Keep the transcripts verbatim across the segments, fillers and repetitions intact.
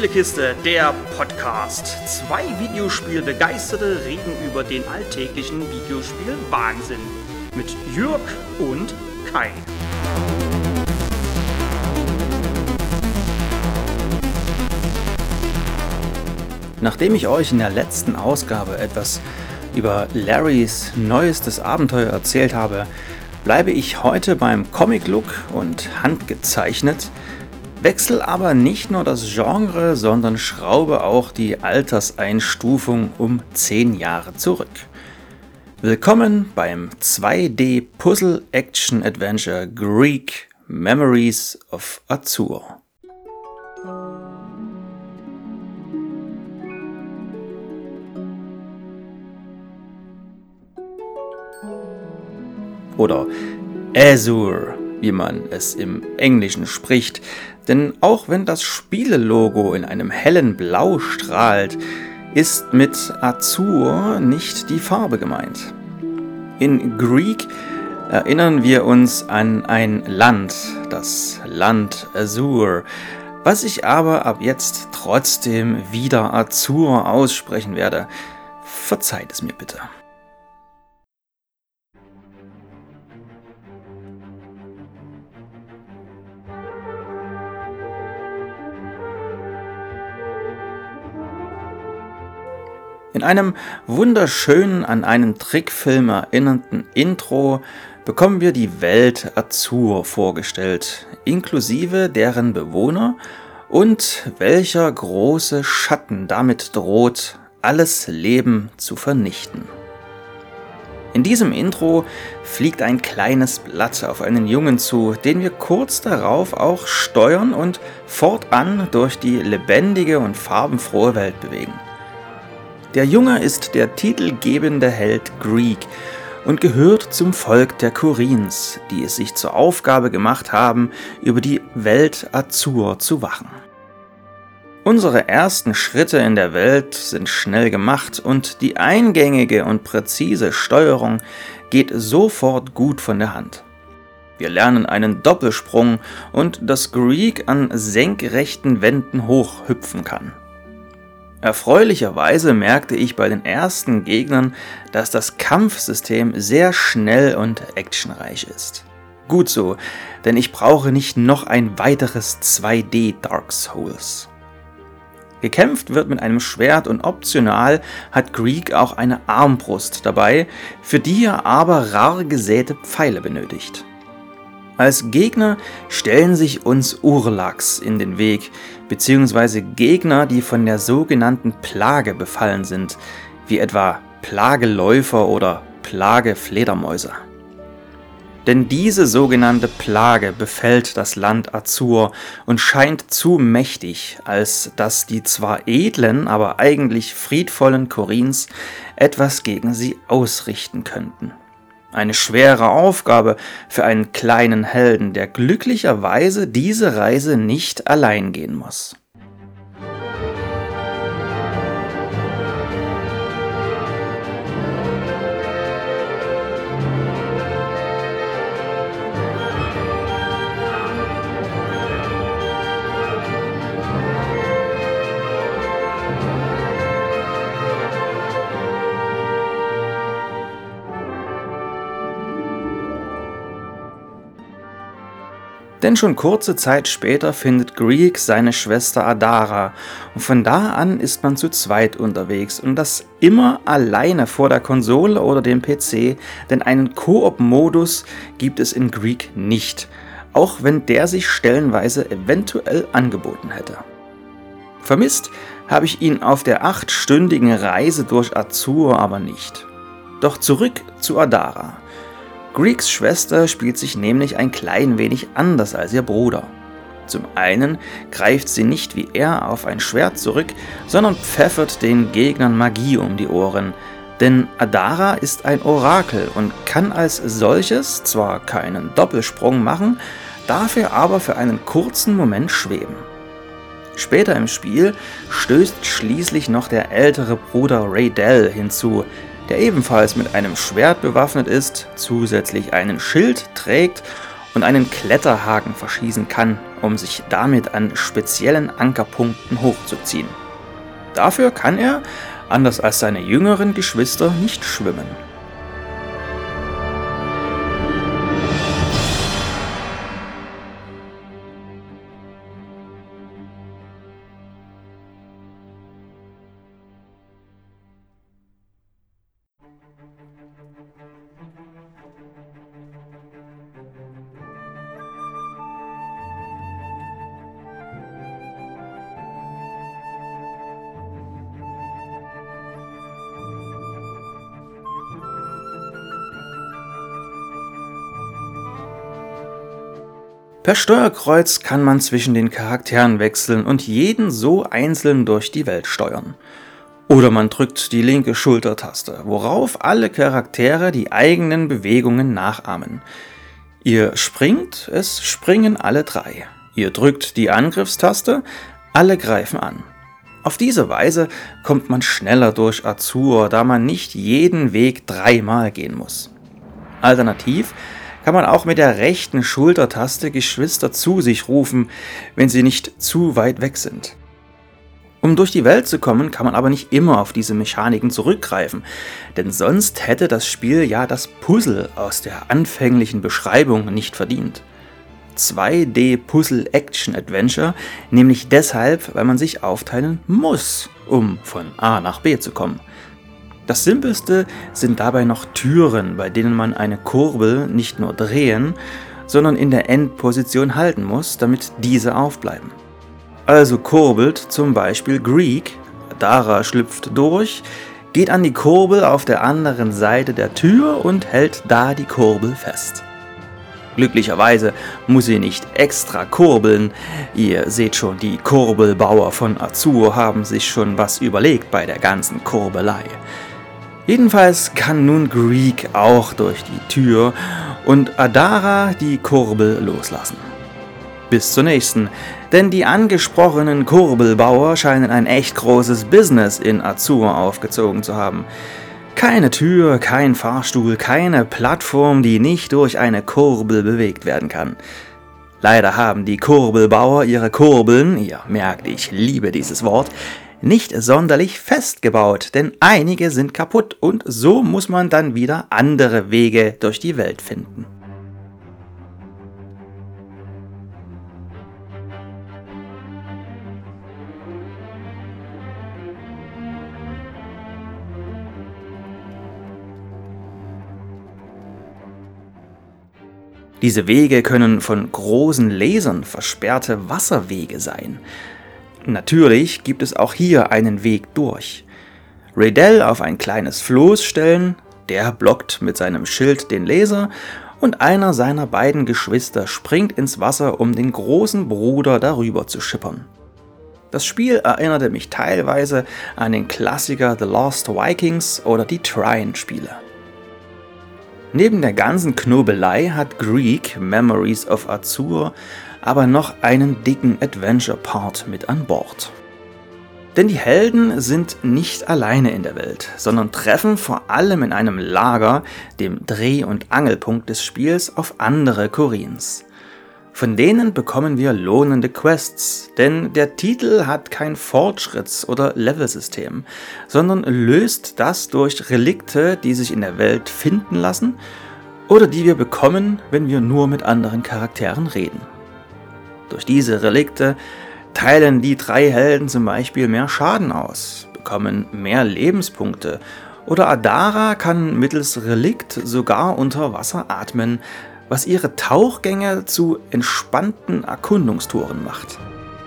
Spielekiste, der Podcast. Zwei Videospielbegeisterte reden über den alltäglichen Videospiel-Wahnsinn. Mit Jürg und Kai. Nachdem ich euch in der letzten Ausgabe etwas über Larrys neuestes Abenteuer erzählt habe, bleibe ich heute beim Comic-Look und handgezeichnet, wechsle aber nicht nur das Genre, sondern schraube auch die Alterseinstufung um zehn Jahre zurück. Willkommen beim zwei D Puzzle-Action-Adventure Greek Memories of Azur. Oder Azur, wie man es im Englischen spricht, denn auch wenn das Spielelogo in einem hellen Blau strahlt, ist mit Azur nicht die Farbe gemeint. In Greek erinnern wir uns an ein Land, das Land Azur, was ich aber ab jetzt trotzdem wieder Azur aussprechen werde. Verzeiht es mir bitte. In einem wunderschönen, an einen Trickfilm erinnernden Intro bekommen wir die Welt Azur vorgestellt, inklusive deren Bewohner und welcher große Schatten damit droht, alles Leben zu vernichten. In diesem Intro fliegt ein kleines Blatt auf einen Jungen zu, den wir kurz darauf auch steuern und fortan durch die lebendige und farbenfrohe Welt bewegen. Der Junge ist der titelgebende Held Greek und gehört zum Volk der Kurins, die es sich zur Aufgabe gemacht haben, über die Welt Azur zu wachen. Unsere ersten Schritte in der Welt sind schnell gemacht und die eingängige und präzise Steuerung geht sofort gut von der Hand. Wir lernen einen Doppelsprung und dass Greek an senkrechten Wänden hochhüpfen kann. Erfreulicherweise merkte ich bei den ersten Gegnern, dass das Kampfsystem sehr schnell und actionreich ist. Gut so, denn ich brauche nicht noch ein weiteres zwei D Dark Souls. Gekämpft wird mit einem Schwert und optional hat Greek auch eine Armbrust dabei, für die er aber rar gesäte Pfeile benötigt. Als Gegner stellen sich uns Urlaks in den Weg, beziehungsweise Gegner, die von der sogenannten Plage befallen sind, wie etwa Plageläufer oder Plagefledermäuse. Denn diese sogenannte Plage befällt das Land Azur und scheint zu mächtig, als dass die zwar edlen, aber eigentlich friedvollen Kurins etwas gegen sie ausrichten könnten. Eine schwere Aufgabe für einen kleinen Helden, der glücklicherweise diese Reise nicht allein gehen muss. Denn schon kurze Zeit später findet Greek seine Schwester Adara und von da an ist man zu zweit unterwegs und das immer alleine vor der Konsole oder dem P C, denn einen Koop-Modus gibt es in Greek nicht, auch wenn der sich stellenweise eventuell angeboten hätte. Vermisst habe ich ihn auf der achtstündigen Reise durch Azur aber nicht. Doch zurück zu Adara. Greeks Schwester spielt sich nämlich ein klein wenig anders als ihr Bruder. Zum einen greift sie nicht wie er auf ein Schwert zurück, sondern pfeffert den Gegnern Magie um die Ohren, denn Adara ist ein Orakel und kann als solches zwar keinen Doppelsprung machen, dafür aber für einen kurzen Moment schweben. Später im Spiel stößt schließlich noch der ältere Bruder Raydell hinzu, der ebenfalls mit einem Schwert bewaffnet ist, zusätzlich einen Schild trägt und einen Kletterhaken verschießen kann, um sich damit an speziellen Ankerpunkten hochzuziehen. Dafür kann er, anders als seine jüngeren Geschwister, nicht schwimmen. Per Steuerkreuz kann man zwischen den Charakteren wechseln und jeden so einzeln durch die Welt steuern. Oder man drückt die linke Schultertaste, worauf alle Charaktere die eigenen Bewegungen nachahmen. Ihr springt, es springen alle drei. Ihr drückt die Angriffstaste, alle greifen an. Auf diese Weise kommt man schneller durch Azur, da man nicht jeden Weg dreimal gehen muss. Alternativ kann man auch mit der rechten Schultertaste Geschwister zu sich rufen, wenn sie nicht zu weit weg sind. Um durch die Welt zu kommen, kann man aber nicht immer auf diese Mechaniken zurückgreifen, denn sonst hätte das Spiel ja das Puzzle aus der anfänglichen Beschreibung nicht verdient. zwei D Puzzle Action Adventure, nämlich deshalb, weil man sich aufteilen muss, um von A nach B zu kommen. Das Simpelste sind dabei noch Türen, bei denen man eine Kurbel nicht nur drehen, sondern in der Endposition halten muss, damit diese aufbleiben. Also kurbelt zum Beispiel Greek, Adara schlüpft durch, geht an die Kurbel auf der anderen Seite der Tür und hält da die Kurbel fest. Glücklicherweise muss sie nicht extra kurbeln. Ihr seht schon, die Kurbelbauer von Azur haben sich schon was überlegt bei der ganzen Kurbelei. Jedenfalls kann nun Greek auch durch die Tür und Adara die Kurbel loslassen. Bis zur nächsten, denn die angesprochenen Kurbelbauer scheinen ein echt großes Business in Azur aufgezogen zu haben. Keine Tür, kein Fahrstuhl, keine Plattform, die nicht durch eine Kurbel bewegt werden kann. Leider haben die Kurbelbauer ihre Kurbeln, ihr merkt, ich liebe dieses Wort, nicht sonderlich festgebaut, denn einige sind kaputt und so muss man dann wieder andere Wege durch die Welt finden. Diese Wege können von großen Lasern versperrte Wasserwege sein. Natürlich gibt es auch hier einen Weg durch. Redell auf ein kleines Floß stellen, der blockt mit seinem Schild den Laser und einer seiner beiden Geschwister springt ins Wasser, um den großen Bruder darüber zu schippern. Das Spiel erinnerte mich teilweise an den Klassiker The Lost Vikings oder die Trine-Spiele. Neben der ganzen Knobelei hat Greek Memories of Azur aber noch einen dicken Adventure-Part mit an Bord. Denn die Helden sind nicht alleine in der Welt, sondern treffen vor allem in einem Lager, dem Dreh- und Angelpunkt des Spiels, auf andere Koreans. Von denen bekommen wir lohnende Quests, denn der Titel hat kein Fortschritts- oder Levelsystem, sondern löst das durch Relikte, die sich in der Welt finden lassen oder die wir bekommen, wenn wir nur mit anderen Charakteren reden. Durch diese Relikte teilen die drei Helden zum Beispiel mehr Schaden aus, bekommen mehr Lebenspunkte oder Adara kann mittels Relikt sogar unter Wasser atmen, was ihre Tauchgänge zu entspannten Erkundungstouren macht.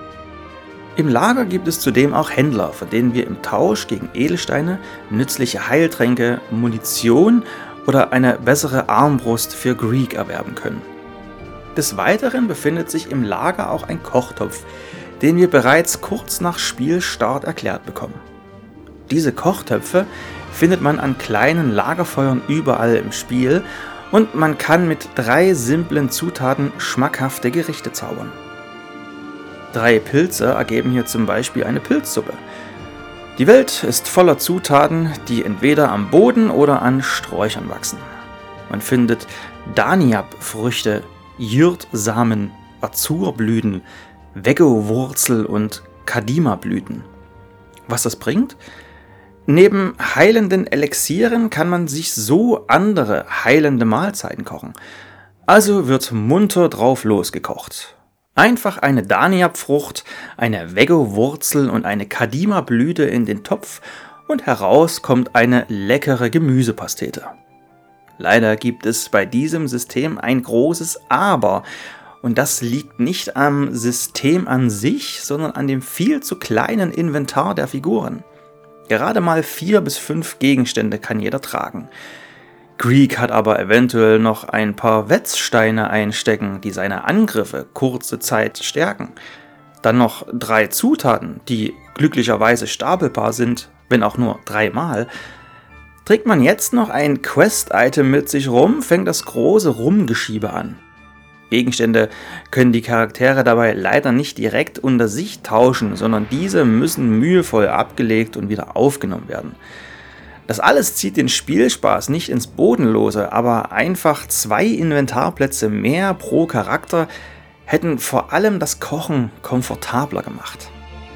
Im Lager gibt es zudem auch Händler, von denen wir im Tausch gegen Edelsteine, nützliche Heiltränke, Munition oder eine bessere Armbrust für Greek erwerben können. Des Weiteren befindet sich im Lager auch ein Kochtopf, den wir bereits kurz nach Spielstart erklärt bekommen. Diese Kochtöpfe findet man an kleinen Lagerfeuern überall im Spiel und man kann mit drei simplen Zutaten schmackhafte Gerichte zaubern. Drei Pilze ergeben hier zum Beispiel eine Pilzsuppe. Die Welt ist voller Zutaten, die entweder am Boden oder an Sträuchern wachsen. Man findet Daniab-Früchte, Jyrt-Samen, Azurblüten, Weggo-Wurzel und Kadima-Blüten. Was das bringt? Neben heilenden Elixieren kann man sich so andere heilende Mahlzeiten kochen. Also wird munter drauf losgekocht. Einfach eine Dania-Frucht, eine Weggo-Wurzel und eine Kadima-Blüte in den Topf und heraus kommt eine leckere Gemüsepastete. Leider gibt es bei diesem System ein großes Aber. Und das liegt nicht am System an sich, sondern an dem viel zu kleinen Inventar der Figuren. Gerade mal vier bis fünf Gegenstände kann jeder tragen. Greek hat aber eventuell noch ein paar Wetzsteine einstecken, die seine Angriffe kurze Zeit stärken. Dann noch drei Zutaten, die glücklicherweise stapelbar sind, wenn auch nur dreimal. Trägt man jetzt noch ein Quest-Item mit sich rum, fängt das große Rumgeschiebe an. Gegenstände können die Charaktere dabei leider nicht direkt unter sich tauschen, sondern diese müssen mühevoll abgelegt und wieder aufgenommen werden. Das alles zieht den Spielspaß nicht ins Bodenlose, aber einfach zwei Inventarplätze mehr pro Charakter hätten vor allem das Kochen komfortabler gemacht.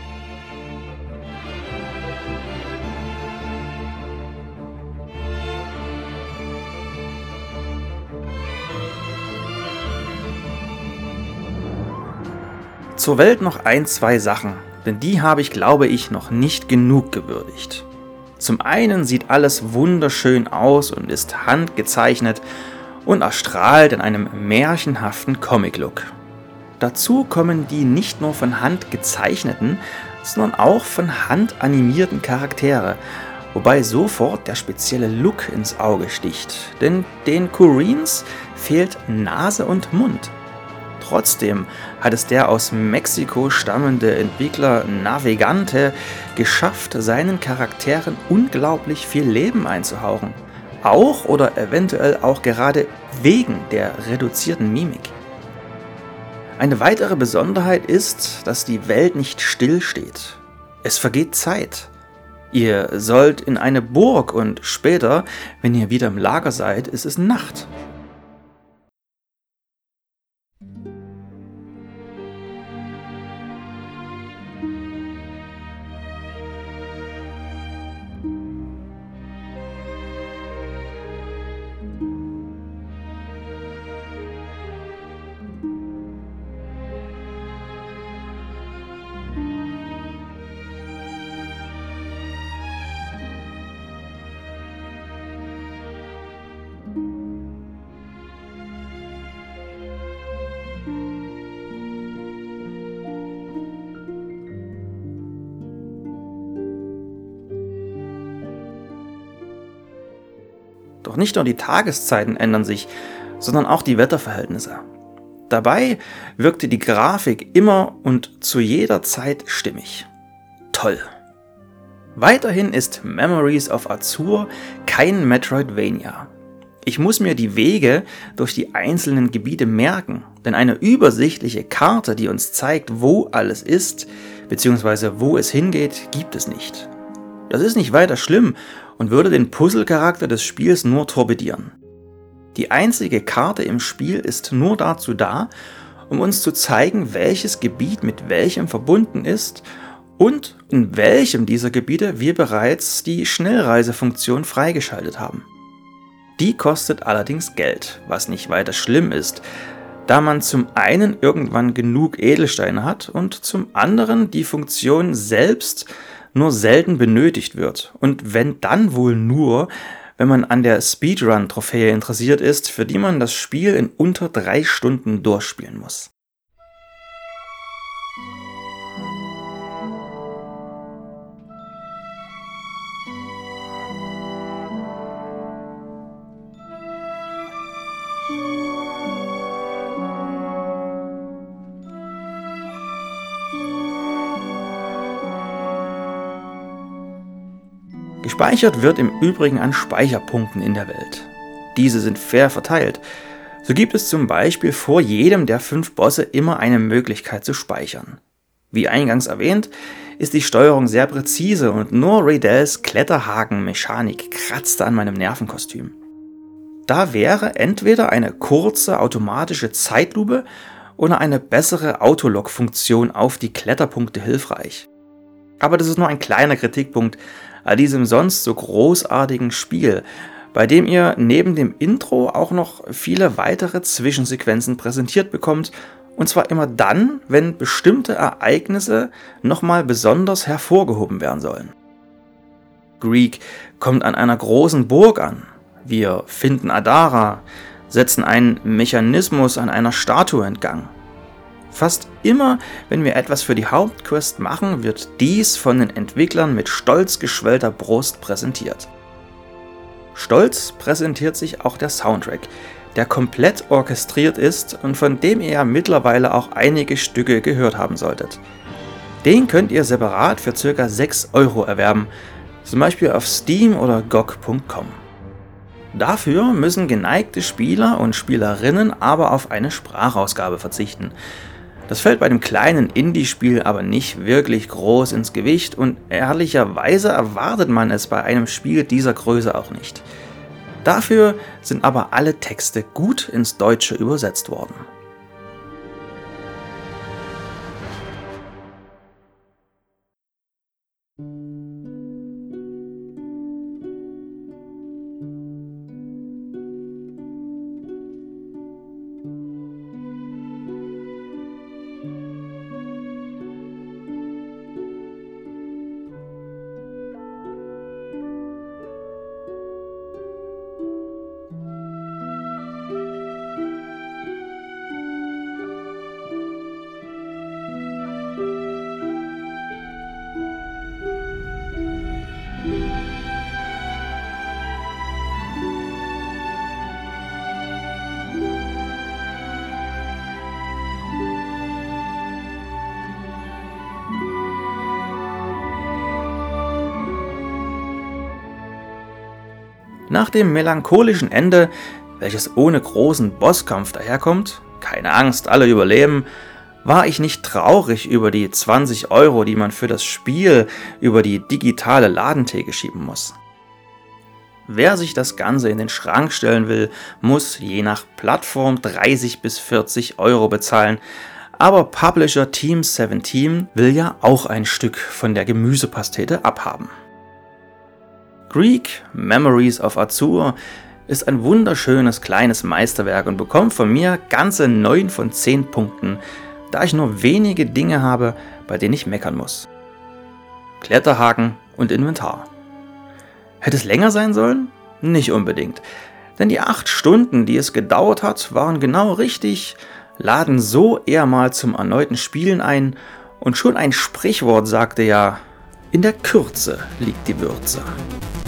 Zur Welt noch ein, zwei Sachen, denn die habe ich, glaube ich, noch nicht genug gewürdigt. Zum einen sieht alles wunderschön aus und ist handgezeichnet und erstrahlt in einem märchenhaften Comic-Look. Dazu kommen die nicht nur von Hand gezeichneten, sondern auch von Hand animierten Charaktere, wobei sofort der spezielle Look ins Auge sticht, denn den Koreans fehlt Nase und Mund. Trotzdem hat es der aus Mexiko stammende Entwickler Navegante geschafft, seinen Charakteren unglaublich viel Leben einzuhauchen. Auch oder eventuell auch gerade wegen der reduzierten Mimik. Eine weitere Besonderheit ist, dass die Welt nicht stillsteht. Es vergeht Zeit. Ihr sollt in eine Burg und später, wenn ihr wieder im Lager seid, ist es Nacht. Doch nicht nur die Tageszeiten ändern sich, sondern auch die Wetterverhältnisse. Dabei wirkte die Grafik immer und zu jeder Zeit stimmig. Toll! Weiterhin ist Memories of Azur kein Metroidvania. Ich muss mir die Wege durch die einzelnen Gebiete merken, denn eine übersichtliche Karte, die uns zeigt, wo alles ist, bzw. wo es hingeht, gibt es nicht. Das ist nicht weiter schlimm und würde den Puzzle-Charakter des Spiels nur torpedieren. Die einzige Karte im Spiel ist nur dazu da, um uns zu zeigen, welches Gebiet mit welchem verbunden ist und in welchem dieser Gebiete wir bereits die Schnellreisefunktion freigeschaltet haben. Die kostet allerdings Geld, was nicht weiter schlimm ist, da man zum einen irgendwann genug Edelsteine hat und zum anderen die Funktion selbst nur selten benötigt wird und wenn dann wohl nur, wenn man an der Speedrun-Trophäe interessiert ist, für die man das Spiel in unter drei Stunden durchspielen muss. Gespeichert wird im Übrigen an Speicherpunkten in der Welt. Diese sind fair verteilt. So gibt es zum Beispiel vor jedem der fünf Bosse immer eine Möglichkeit zu speichern. Wie eingangs erwähnt, ist die Steuerung sehr präzise und nur Raydells Kletterhaken-Mechanik kratzte an meinem Nervenkostüm. da wäre entweder eine kurze automatische Zeitlupe oder eine bessere Autolog-Funktion auf die Kletterpunkte hilfreich. Aber das ist nur ein kleiner Kritikpunkt an diesem sonst so großartigen Spiel, bei dem ihr neben dem Intro auch noch viele weitere Zwischensequenzen präsentiert bekommt, und zwar immer dann, wenn bestimmte Ereignisse nochmal besonders hervorgehoben werden sollen. Greek kommt an einer großen Burg an. Wir finden Adara, setzen einen Mechanismus an einer Statue in Gang. Fast immer, wenn wir etwas für die Hauptquest machen, wird dies von den Entwicklern mit stolz geschwellter Brust präsentiert. Stolz präsentiert sich auch der Soundtrack, der komplett orchestriert ist und von dem ihr mittlerweile auch einige Stücke gehört haben solltet. Den könnt ihr separat für ca. sechs Euro erwerben, zum Beispiel auf Steam oder G O G punkt com. Dafür müssen geneigte Spieler und Spielerinnen aber auf eine Sprachausgabe verzichten. Das fällt bei dem kleinen Indie-Spiel aber nicht wirklich groß ins Gewicht und ehrlicherweise erwartet man es bei einem Spiel dieser Größe auch nicht. Dafür sind aber alle Texte gut ins Deutsche übersetzt worden. Nach dem melancholischen Ende, welches ohne großen Bosskampf daherkommt, keine Angst, alle überleben, war ich nicht traurig über die zwanzig Euro, die man für das Spiel über die digitale Ladentheke schieben muss. Wer sich das Ganze in den Schrank stellen will, muss je nach Plattform dreißig bis vierzig Euro bezahlen, aber Publisher Team siebzehn will ja auch ein Stück von der Gemüsepastete abhaben. Greek Memories of Azur ist ein wunderschönes kleines Meisterwerk und bekommt von mir ganze neun von zehn Punkten, da ich nur wenige Dinge habe, bei denen ich meckern muss. Kletterhaken und Inventar. Hätte es länger sein sollen? Nicht unbedingt, denn die acht Stunden, die es gedauert hat, waren genau richtig, laden so eher mal zum erneuten Spielen ein und schon ein Sprichwort sagte ja, in der Kürze liegt die Würze.